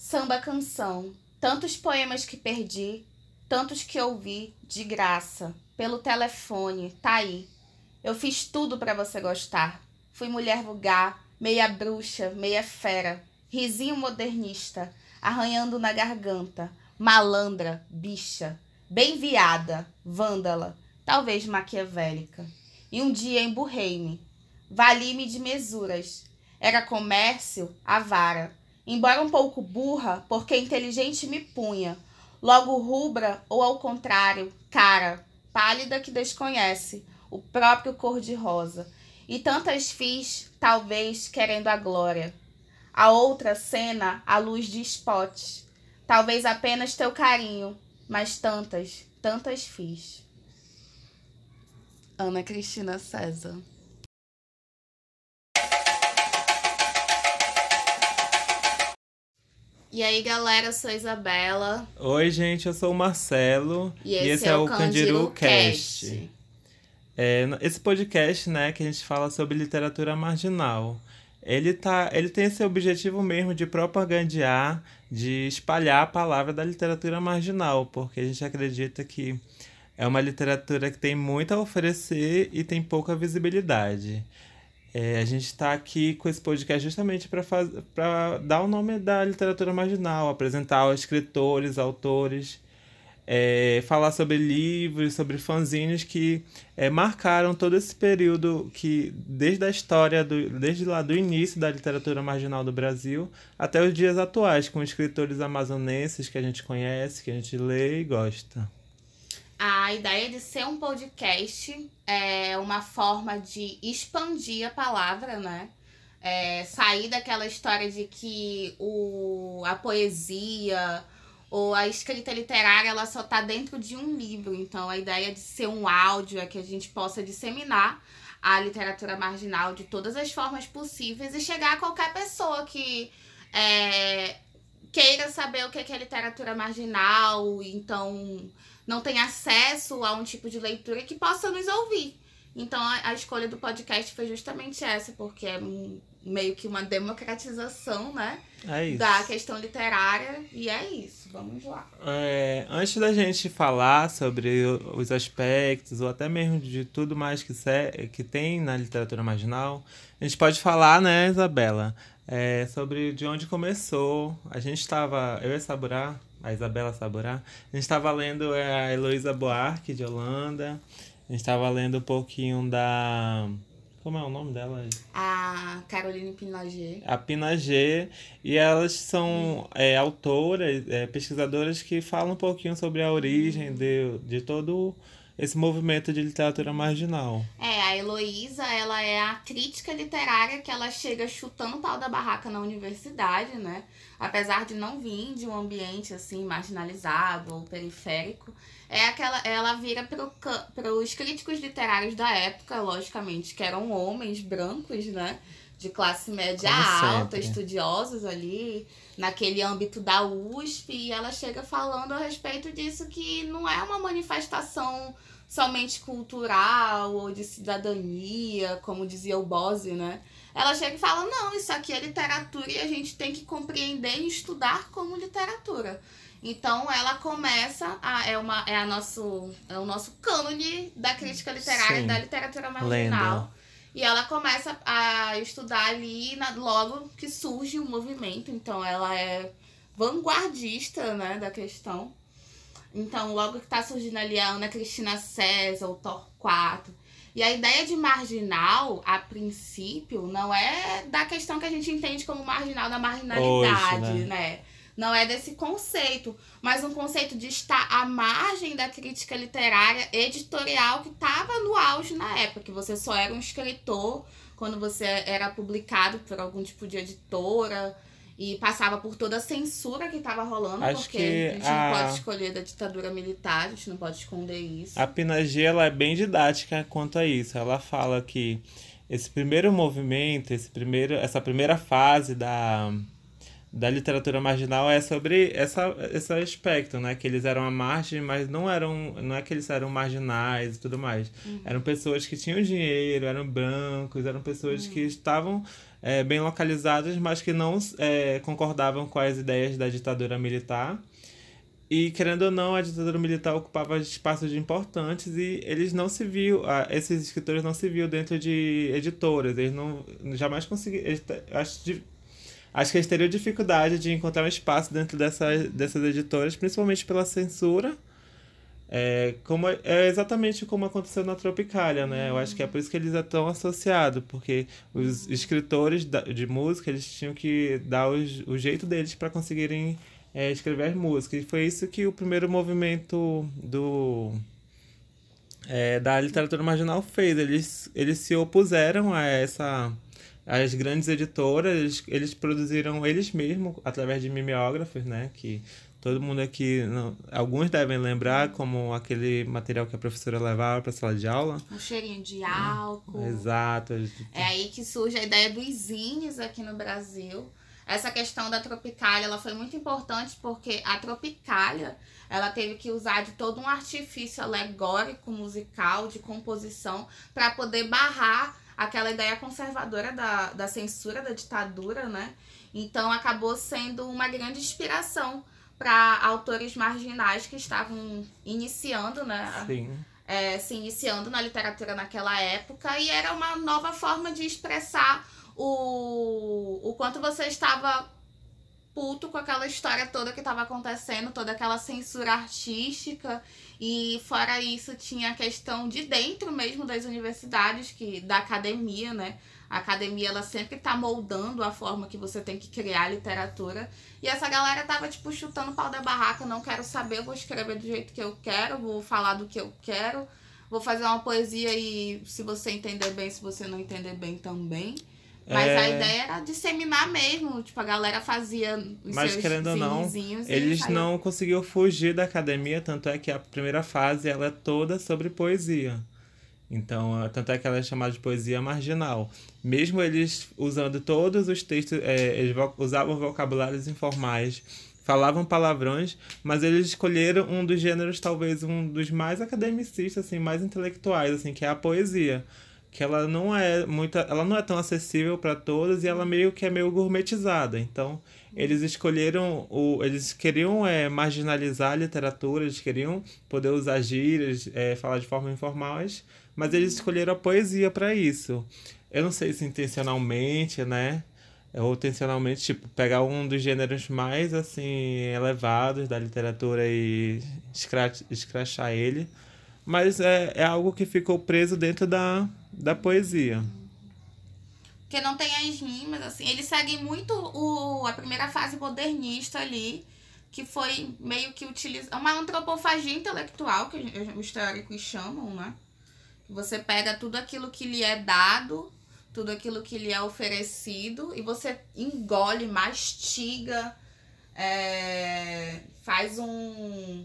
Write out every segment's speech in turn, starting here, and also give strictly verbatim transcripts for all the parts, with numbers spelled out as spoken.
Samba canção, tantos poemas que perdi, tantos que ouvi de graça, pelo telefone, tá aí. Eu fiz tudo pra você gostar. Fui mulher vulgar, meia bruxa, meia fera, risinho modernista, arranhando na garganta, malandra, bicha, bem viada, vândala, talvez maquiavélica. E um dia emburrei-me, vali-me de mesuras. Era comércio, avara, embora um pouco burra, porque inteligente me punha, logo rubra ou ao contrário, cara, pálida que desconhece o próprio cor-de-rosa. E tantas fiz, talvez querendo a glória. A outra cena, a luz de spot. Talvez apenas teu carinho, mas tantas, tantas fiz. Ana Cristina César. E aí, galera, eu sou a Isabela. Oi, gente, eu sou o Marcelo. E esse, e esse é, é o Candiru Cast. Cast. É, esse podcast, né, que a gente fala sobre literatura marginal. Ele, tá, ele tem esse objetivo mesmo de propagandear, de espalhar a palavra da literatura marginal, porque a gente acredita que é uma literatura que tem muito a oferecer e tem pouca visibilidade. É, a gente está aqui com esse podcast justamente para dar o nome da literatura marginal, apresentar os escritores, autores, é, falar sobre livros, sobre fanzines que é, marcaram todo esse período, que desde a história, do, desde lá do início da literatura marginal do Brasil até os dias atuais, com escritores amazonenses que a gente conhece, que a gente lê e gosta. A ideia de ser um podcast é uma forma de expandir a palavra, né? É, sair daquela história de que o, a poesia ou a escrita literária ela só está dentro de um livro. Então, a ideia de ser um áudio é que a gente possa disseminar a literatura marginal de todas as formas possíveis e chegar a qualquer pessoa que é, queira saber o que é literatura marginal, então não tem acesso a um tipo de leitura que possa nos ouvir. Então, a, a escolha do podcast foi justamente essa, porque é um, meio que uma democratização, né? É isso. Da questão literária, e é isso. Vamos lá. É, antes da gente falar sobre os aspectos, ou até mesmo de tudo mais que, se, que tem na literatura marginal, a gente pode falar, né, Isabela, é, sobre de onde começou. A gente estava, eu e a Saburá, a Isabela Saburá, a gente estava lendo a Heloísa Buarque, de Holanda, a gente estava lendo um pouquinho da... Como é o nome dela? A Caroline Pinagé. A Pinagé. E elas são hum. é, autoras, é, pesquisadoras que falam um pouquinho sobre a origem hum. de, de todo esse movimento de literatura marginal. É, a Heloísa, ela é a crítica literária que ela chega chutando o pau da barraca na universidade, né? Apesar de não vir de um ambiente, assim, marginalizado ou periférico. É aquela, ela vira para os críticos literários da época, logicamente, que eram homens brancos, né? De classe média Como alta, sempre. estudiosos ali, naquele âmbito da U S P, e ela chega falando a respeito disso, que não é uma manifestação somente cultural ou de cidadania, como dizia o Bose, né? Ela chega e fala, não, isso aqui é literatura e a gente tem que compreender e estudar como literatura. Então ela começa, a, é, uma, é, a nosso, é o nosso cânone da crítica literária, Sim. da literatura marginal. Lenda. E ela começa a estudar ali na, logo que surge o movimento. Então ela é vanguardista, né, da questão. Então logo que está surgindo ali a Ana Cristina César, o Torquato. E a ideia de marginal, a princípio, não é da questão que a gente entende como marginal da marginalidade, Hoje, né? né? Não é desse conceito, mas um conceito de estar à margem da crítica literária editorial que estava no auge na época, que você só era um escritor quando você era publicado por algum tipo de editora e passava por toda a censura que estava rolando, Acho porque que a gente a... não pode escolher da ditadura militar, a gente não pode esconder isso. A Pinagé, ela é bem didática quanto a isso. Ela fala que esse primeiro movimento, esse primeiro, essa primeira fase da... da literatura marginal é sobre essa, esse aspecto, né? Que eles eram à margem, mas não eram, não é que eles eram marginais e tudo mais. Uhum. Eram pessoas que tinham dinheiro, eram brancos, eram pessoas uhum. que estavam é, bem localizadas, mas que não é, concordavam com as ideias da ditadura militar. E, querendo ou não, a ditadura militar ocupava espaços importantes e eles não se viam, esses escritores não se viam dentro de editoras, eles não jamais conseguiram, acho, acho que eles teriam dificuldade de encontrar um espaço dentro dessas, dessas editoras, principalmente pela censura, é, como, é exatamente como aconteceu na Tropicália, né? Eu acho que é por isso que eles estão associados, porque os escritores de música, eles tinham que dar os, o jeito deles para conseguirem É, escrever música. E foi isso que o primeiro movimento do, é, da literatura marginal fez. Eles, eles se opuseram a essa as grandes editoras, eles, eles produziram eles mesmos, através de mimeógrafos, né? Que todo mundo aqui, não, alguns devem lembrar, como aquele material que a professora levava para a sala de aula. Um cheirinho de álcool. É, exato. É aí que surge a ideia dos zines aqui no Brasil. Essa questão da Tropicália, ela foi muito importante porque a Tropicália, ela teve que usar de todo um artifício alegórico, musical, de composição, para poder barrar aquela ideia conservadora da, da censura, da ditadura, né? Então, acabou sendo uma grande inspiração para autores marginais que estavam iniciando, né? Sim. É, se iniciando na literatura naquela época, e era uma nova forma de expressar O, o quanto você estava puto com aquela história toda que estava acontecendo, toda aquela censura artística. E fora isso tinha a questão de dentro mesmo das universidades, que, da academia, né? A academia, ela sempre tá moldando a forma que você tem que criar literatura. E essa galera tava, tipo, chutando pau da barraca. Não quero saber, vou escrever do jeito que eu quero, vou falar do que eu quero, vou fazer uma poesia e se você entender bem, se você não entender bem também. Mas é... a ideia era disseminar mesmo, tipo, a galera fazia os Mas, seus querendo ou não, eles saiu... não conseguiram fugir da academia, tanto é que a primeira fase ela é toda sobre poesia. Então, tanto é que ela é chamada de poesia marginal. Mesmo eles usando todos os textos, é, eles usavam vocabulários informais, falavam palavrões, mas eles escolheram um dos gêneros, talvez um dos mais academicistas, assim, mais intelectuais, assim, que é a poesia. Que ela não é muito, ela não é tão acessível para todos e ela meio que é meio gourmetizada. Então, eles escolheram o, eles queriam é, marginalizar a literatura, eles queriam poder usar gírias, é, falar de forma informais, mas eles escolheram a poesia para isso. Eu não sei se intencionalmente, né? Ou intencionalmente, tipo, pegar um dos gêneros mais assim elevados da literatura e escra escrachar ele. Mas é, é algo que ficou preso dentro da, da poesia. Porque não tem as rimas, assim. Eles seguem muito o, a primeira fase modernista ali, que foi meio que utilizar uma antropofagia intelectual, que os teóricos chamam, né? Você pega tudo aquilo que lhe é dado, tudo aquilo que lhe é oferecido, e você engole, mastiga, é, faz um...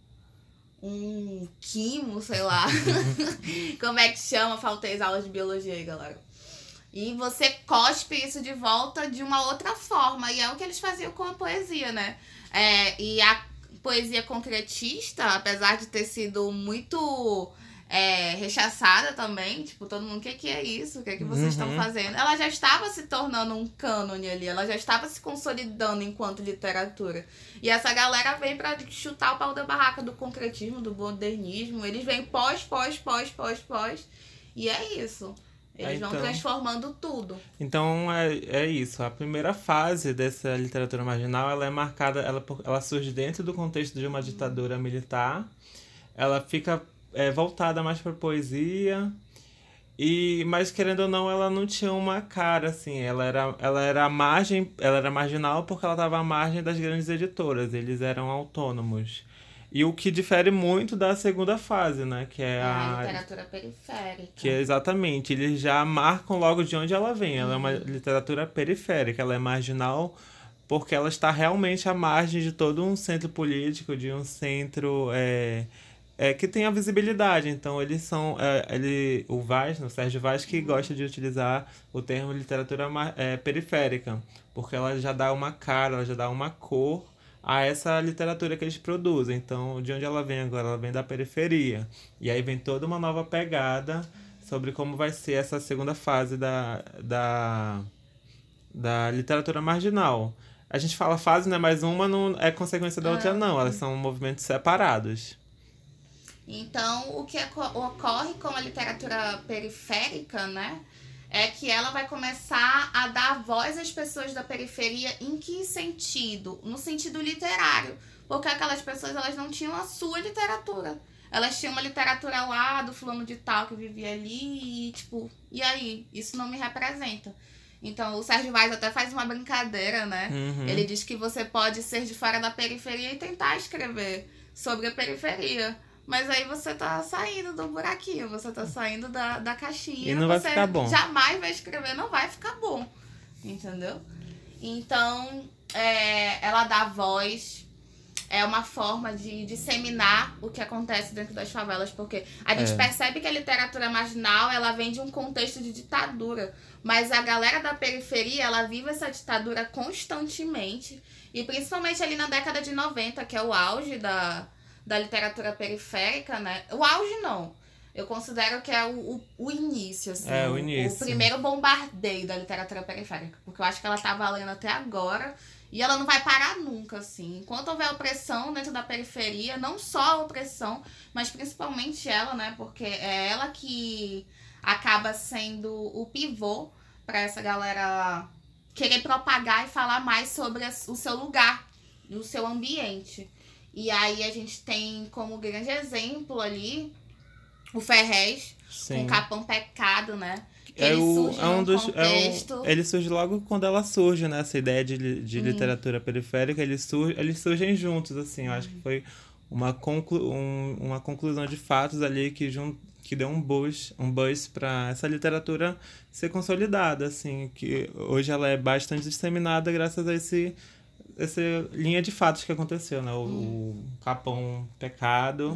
um quimo, sei lá. Como é que chama? Faltei as aulas de biologia aí, galera. E você cospe isso de volta de uma outra forma. E é o que eles faziam com a poesia, né? É, e a poesia concretista, apesar de ter sido muito é, rechaçada também, tipo, todo mundo, o que, que é isso? O que, é que vocês uhum. estão fazendo? Ela já estava se tornando um cânone ali, ela já estava se consolidando enquanto literatura. E essa galera vem pra chutar o pau da barraca do concretismo, do modernismo. Eles vêm pós, pós, pós, pós, pós. E é isso. Eles então, vão transformando tudo. Então, é, é isso. A primeira fase dessa literatura marginal, ela é marcada, ela, ela surge dentro do contexto de uma ditadura militar. Ela fica é, voltada mais para poesia. E, mas, querendo ou não, ela não tinha uma cara, assim. Ela era, ela era à margem, ela era marginal porque ela estava à margem das grandes editoras. Eles eram autônomos. E o que difere muito da segunda fase, né? Que é, é a... a literatura periférica. Que é exatamente. Eles já marcam logo de onde ela vem. Ela uhum. é uma literatura periférica. Ela é marginal porque ela está realmente à margem de todo um centro político, de um centro é, é, que tem a visibilidade. Então, eles são... É, ele, o Vaz, o Sérgio Vaz, que uhum. gosta de utilizar o termo literatura é, periférica. Porque ela já dá uma cara, ela já dá uma cor a essa literatura que eles produzem. Então, de onde ela vem agora? Ela vem da periferia. E aí vem toda uma nova pegada sobre como vai ser essa segunda fase da, da, da literatura marginal. A gente fala fase, né? Mas uma não é consequência da outra, Ah. não. Elas são movimentos separados. Então, o que aco- ocorre com a literatura periférica, né? É que ela vai começar a dar voz às pessoas da periferia. Em que sentido? No sentido literário. Porque aquelas pessoas, elas não tinham a sua literatura. Elas tinham uma literatura lá do fulano de tal que vivia ali e, tipo, e aí? Isso não me representa. Então, o Sérgio Vaz até faz uma brincadeira, né? Uhum. Ele diz que você pode ser de fora da periferia e tentar escrever sobre a periferia. Mas aí você tá saindo do buraquinho, você tá saindo da, da caixinha. E não vai você ficar bom. jamais vai escrever, não vai ficar bom. Entendeu? Então, é, ela dá voz, é uma forma de disseminar o que acontece dentro das favelas, porque a gente É. percebe que a literatura marginal, ela vem de um contexto de ditadura, mas a galera da periferia, ela vive essa ditadura constantemente, e principalmente ali na década de noventa, que é o auge da, da literatura periférica, né? O auge não, eu considero que é o, o, o início, assim, É, o início. o primeiro bombardeio da literatura periférica, porque eu acho que ela tá valendo até agora. E ela não vai parar nunca, assim. Enquanto houver opressão dentro da periferia, não só a opressão, mas principalmente ela, né? Porque é ela que acaba sendo o pivô para essa galera querer propagar e falar mais sobre o seu lugar, o seu ambiente. E aí a gente tem como grande exemplo ali o Ferrez, com Sim. o Capão Pecado, né? Que É ele o, surge é um num dos, é contexto... um, ele surge logo quando ela surge, né? Essa ideia de, li- de literatura periférica, eles, sur, eles surgem juntos, assim. Eu acho que foi uma, conclu, um, uma conclusão de fatos ali que, jun, que deu um boost, um buzz para essa literatura ser consolidada, assim. Que hoje ela é bastante disseminada graças a esse, essa linha de fatos que aconteceu, né? O, o Capão Pecado...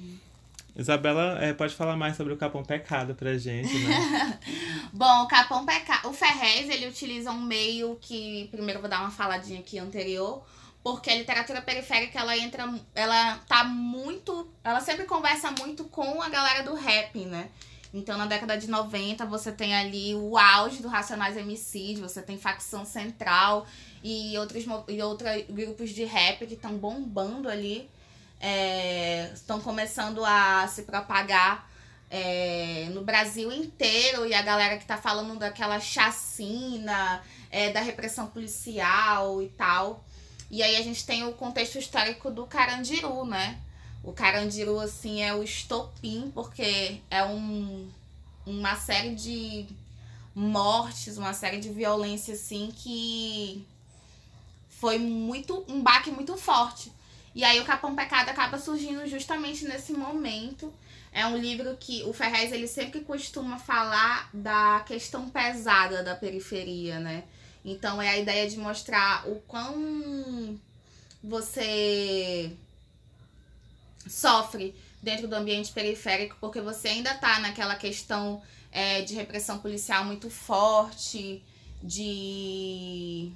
Isabela, é, pode falar mais sobre o Capão Pecado pra gente, né? Bom, o Capão Pecado... O Ferrez, ele utiliza um meio que... Primeiro eu vou dar uma faladinha aqui anterior. Porque a literatura periférica, ela entra... Ela tá muito... Ela sempre conversa muito com a galera do rap, né? Então, na década de noventa, você tem ali o auge do Racionais M Cs. Você tem Facção Central e outros, e outros grupos de rap que estão bombando ali. É, estão começando a se propagar é, no Brasil inteiro, e a galera que tá falando daquela chacina, é, da repressão policial e tal. E aí a gente tem o contexto histórico do Carandiru, né? O Carandiru, assim, é o estopim, porque é um, uma série de mortes, uma série de violência, assim, que foi muito, um baque muito forte. E aí o Capão Pecado acaba surgindo justamente nesse momento. É um livro que o Ferrez, ele sempre costuma falar da questão pesada da periferia, né? Então é a ideia de mostrar o quão você sofre dentro do ambiente periférico, porque você ainda tá naquela questão é, de repressão policial muito forte, de...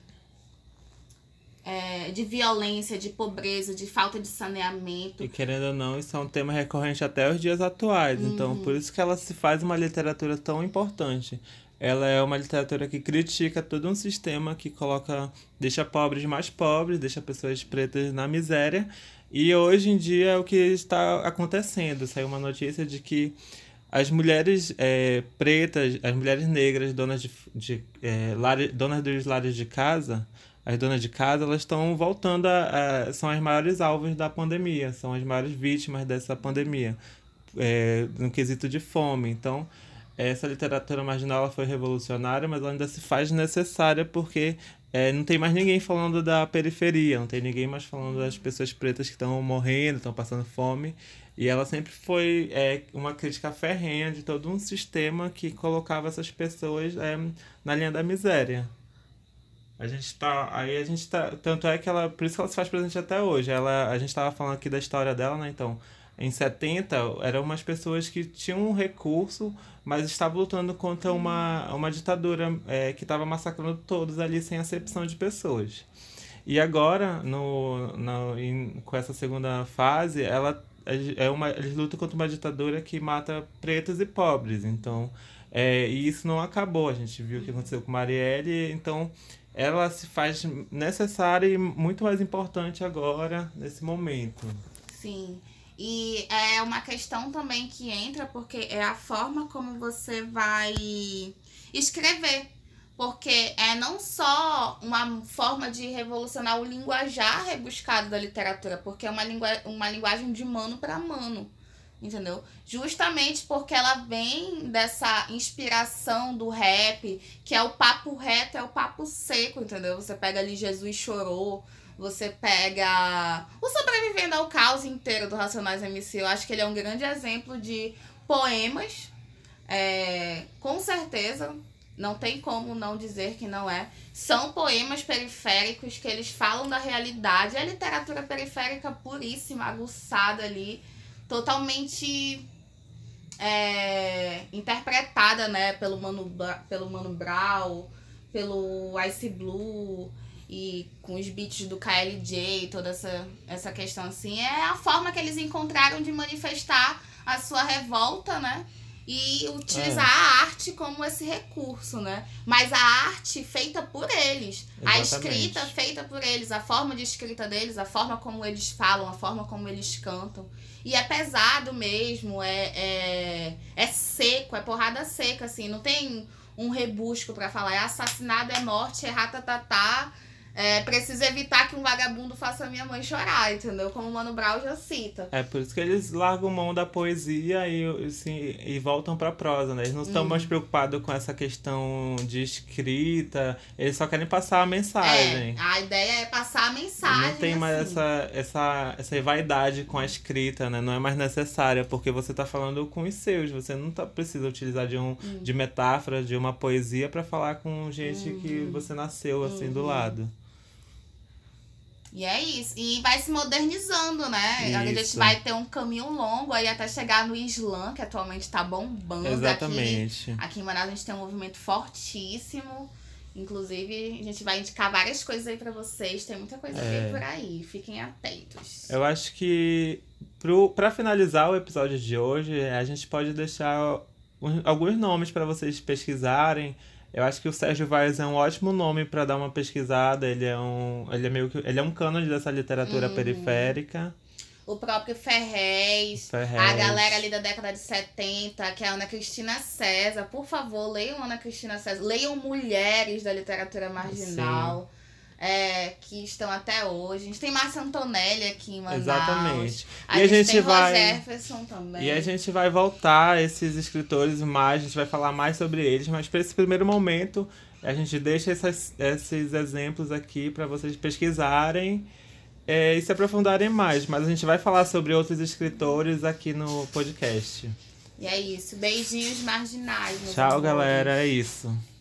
É, de violência, de pobreza, de falta de saneamento. E querendo ou não, isso é um tema recorrente até os dias atuais. Uhum. Então, por isso que ela se faz uma literatura tão importante. Ela é uma literatura que critica todo um sistema que coloca, deixa pobres mais pobres, deixa pessoas pretas na miséria. E hoje em dia é o que está acontecendo. Saiu uma notícia de que as mulheres é, pretas, as mulheres negras, donas, de, de, é, lares, donas dos lares de casa... As donas de casa, elas estão voltando a, a... São as maiores alvos da pandemia. São as maiores vítimas dessa pandemia. É, no quesito de fome. Então, essa literatura marginal ela foi revolucionária, mas ela ainda se faz necessária porque é, não tem mais ninguém falando da periferia. Não tem ninguém mais falando das pessoas pretas que estão morrendo, estão passando fome. E ela sempre foi é, uma crítica ferrenha de todo um sistema que colocava essas pessoas é, na linha da miséria. A gente tá. Aí a gente tá. Tanto é que ela. Por isso que ela se faz presente até hoje. Ela, a gente tava falando aqui da história dela, né? Então, em setenta, eram umas pessoas que tinham um recurso, mas estavam lutando contra uma, uma ditadura é, que estava massacrando todos ali sem acepção de pessoas. E agora, no, no, em, com essa segunda fase, ela é uma, eles lutam contra uma ditadura que mata pretos e pobres. Então, É, e isso não acabou. A gente viu o que aconteceu com Marielle, então ela se faz necessária e muito mais importante agora, nesse momento. Sim. E é uma questão também que entra, porque é a forma como você vai escrever. Porque é não só uma forma de revolucionar o linguajar rebuscado da literatura, porque é uma, lingu uma linguagem de mano para mano, entendeu? Justamente porque ela vem dessa inspiração do rap, que é o papo reto, é o papo seco, entendeu? Você pega ali Jesus Chorou, você pega o Sobrevivendo ao Caos inteiro do Racionais M C. Eu acho que ele é um grande exemplo de poemas, é, com certeza. Não tem como não dizer que não é. São poemas periféricos que eles falam da realidade. É literatura periférica puríssima, aguçada ali. Totalmente é, interpretada, né? Pelo Mano, pelo Mano Brown, pelo Ice Blue e com os beats do K L J, toda essa, essa questão assim. É a forma que eles encontraram de manifestar a sua revolta, né? E utilizar é. a arte como esse recurso, né? Mas a arte feita por eles. Exatamente. A escrita feita por eles. A forma de escrita deles, a forma como eles falam, a forma como eles cantam. E é pesado mesmo, é, é, é seco, é porrada seca, assim. Não tem um rebusco pra falar. É assassinado, é morte, é ratatatá. É, preciso evitar que um vagabundo faça minha mãe chorar, entendeu? Como o Mano Brown já cita. É por isso que eles largam mão da poesia e, assim, e voltam pra prosa, né? Eles não estão hum. mais preocupados com essa questão de escrita, eles só querem passar a mensagem. É, a ideia é passar a mensagem. Não tem mais assim. essa, essa, essa vaidade com a escrita, né? Não é mais necessária, porque você tá falando com os seus, você não tá, precisa utilizar de, um, hum. de metáfora, de uma poesia pra falar com gente hum. que você nasceu, assim, hum. do lado. E é isso. E vai se modernizando, né? Isso. A gente vai ter um caminho longo aí até chegar no Islã, que atualmente tá bombando. Exatamente. Aqui, aqui em Manaus a gente tem um movimento fortíssimo. Inclusive, a gente vai indicar várias coisas aí pra vocês. Tem muita coisa é. por aí. Fiquem atentos. Eu acho que, pro, pra finalizar o episódio de hoje, a gente pode deixar um, alguns nomes pra vocês pesquisarem. Eu acho que o Sérgio Vaz é um ótimo nome para dar uma pesquisada. Ele é um, ele é meio que, ele é um cânone dessa literatura uhum. periférica. O próprio Ferrez, Ferrez, a galera ali da década de setenta, que é a Ana Cristina César. Por favor, leiam Ana Cristina César. Leiam mulheres da literatura marginal. É, que estão até hoje. A gente tem Márcia Antonelli aqui em Manaus. Exatamente. A, e gente, a gente tem vai Jefferson também. E a gente vai voltar a esses escritores mais, a gente vai falar mais sobre eles, mas para esse primeiro momento a gente deixa essas, esses exemplos aqui para vocês pesquisarem é, e se aprofundarem mais. Mas a gente vai falar sobre outros escritores aqui no podcast. E é isso. Beijinhos marginais. Tchau, amores. Galera. É isso.